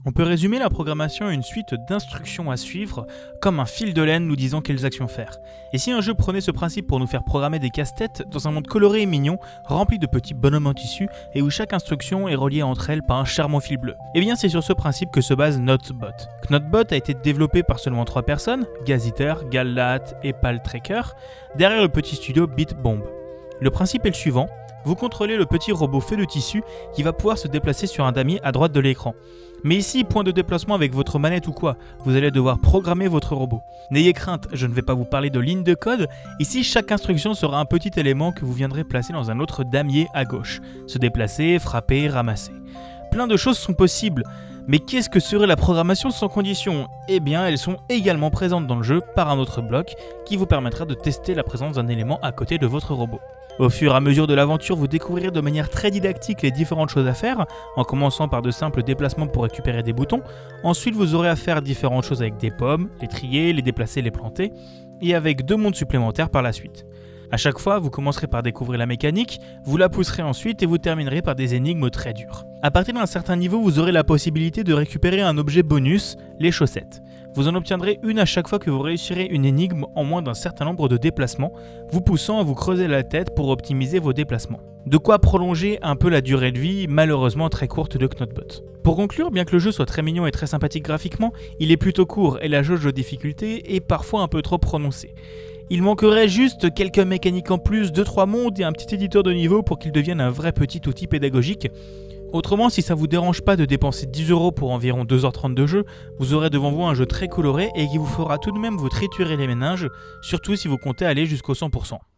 On peut résumer la programmation à une suite d'instructions à suivre, comme un fil de laine nous disant quelles actions faire. Et si un jeu prenait ce principe pour nous faire programmer des casse-têtes dans un monde coloré et mignon, rempli de petits bonhommes en tissu, et où chaque instruction est reliée entre elles par un charmant fil bleu? Eh bien c'est sur ce principe que se base Knotbot. Knotbot a été développé par seulement 3 personnes, Gazeater, Gallat et Paltrekker, derrière le petit studio BitBomb. Le principe est le suivant. Vous contrôlez le petit robot fait de tissu qui va pouvoir se déplacer sur un damier à droite de l'écran. Mais ici, point de déplacement avec votre manette ou quoi, vous allez devoir programmer votre robot. N'ayez crainte, je ne vais pas vous parler de ligne de code, ici chaque instruction sera un petit élément que vous viendrez placer dans un autre damier à gauche. Se déplacer, frapper, ramasser. Plein de choses sont possibles, mais qu'est-ce que serait la programmation sans condition? Eh bien, elles sont également présentes dans le jeu par un autre bloc qui vous permettra de tester la présence d'un élément à côté de votre robot. Au fur et à mesure de l'aventure, vous découvrirez de manière très didactique les différentes choses à faire, en commençant par de simples déplacements pour récupérer des boutons. Ensuite, vous aurez à faire différentes choses avec des pommes, les trier, les déplacer, les planter, et avec 2 mondes supplémentaires par la suite. A chaque fois, vous commencerez par découvrir la mécanique, vous la pousserez ensuite et vous terminerez par des énigmes très dures. À partir d'un certain niveau, vous aurez la possibilité de récupérer un objet bonus, les chaussettes. Vous en obtiendrez une à chaque fois que vous réussirez une énigme en moins d'un certain nombre de déplacements, vous poussant à vous creuser la tête pour optimiser vos déplacements. De quoi prolonger un peu la durée de vie, malheureusement très courte de Knotbot. Pour conclure, bien que le jeu soit très mignon et très sympathique graphiquement, il est plutôt court et la jauge de difficulté est parfois un peu trop prononcée. Il manquerait juste quelques mécaniques en plus, 2-3 mondes et un petit éditeur de niveau pour qu'il devienne un vrai petit outil pédagogique. Autrement, si ça vous dérange pas de dépenser 10€ pour environ 2h30 de jeu, vous aurez devant vous un jeu très coloré et qui vous fera tout de même vous triturer les méninges, surtout si vous comptez aller jusqu'au 100%.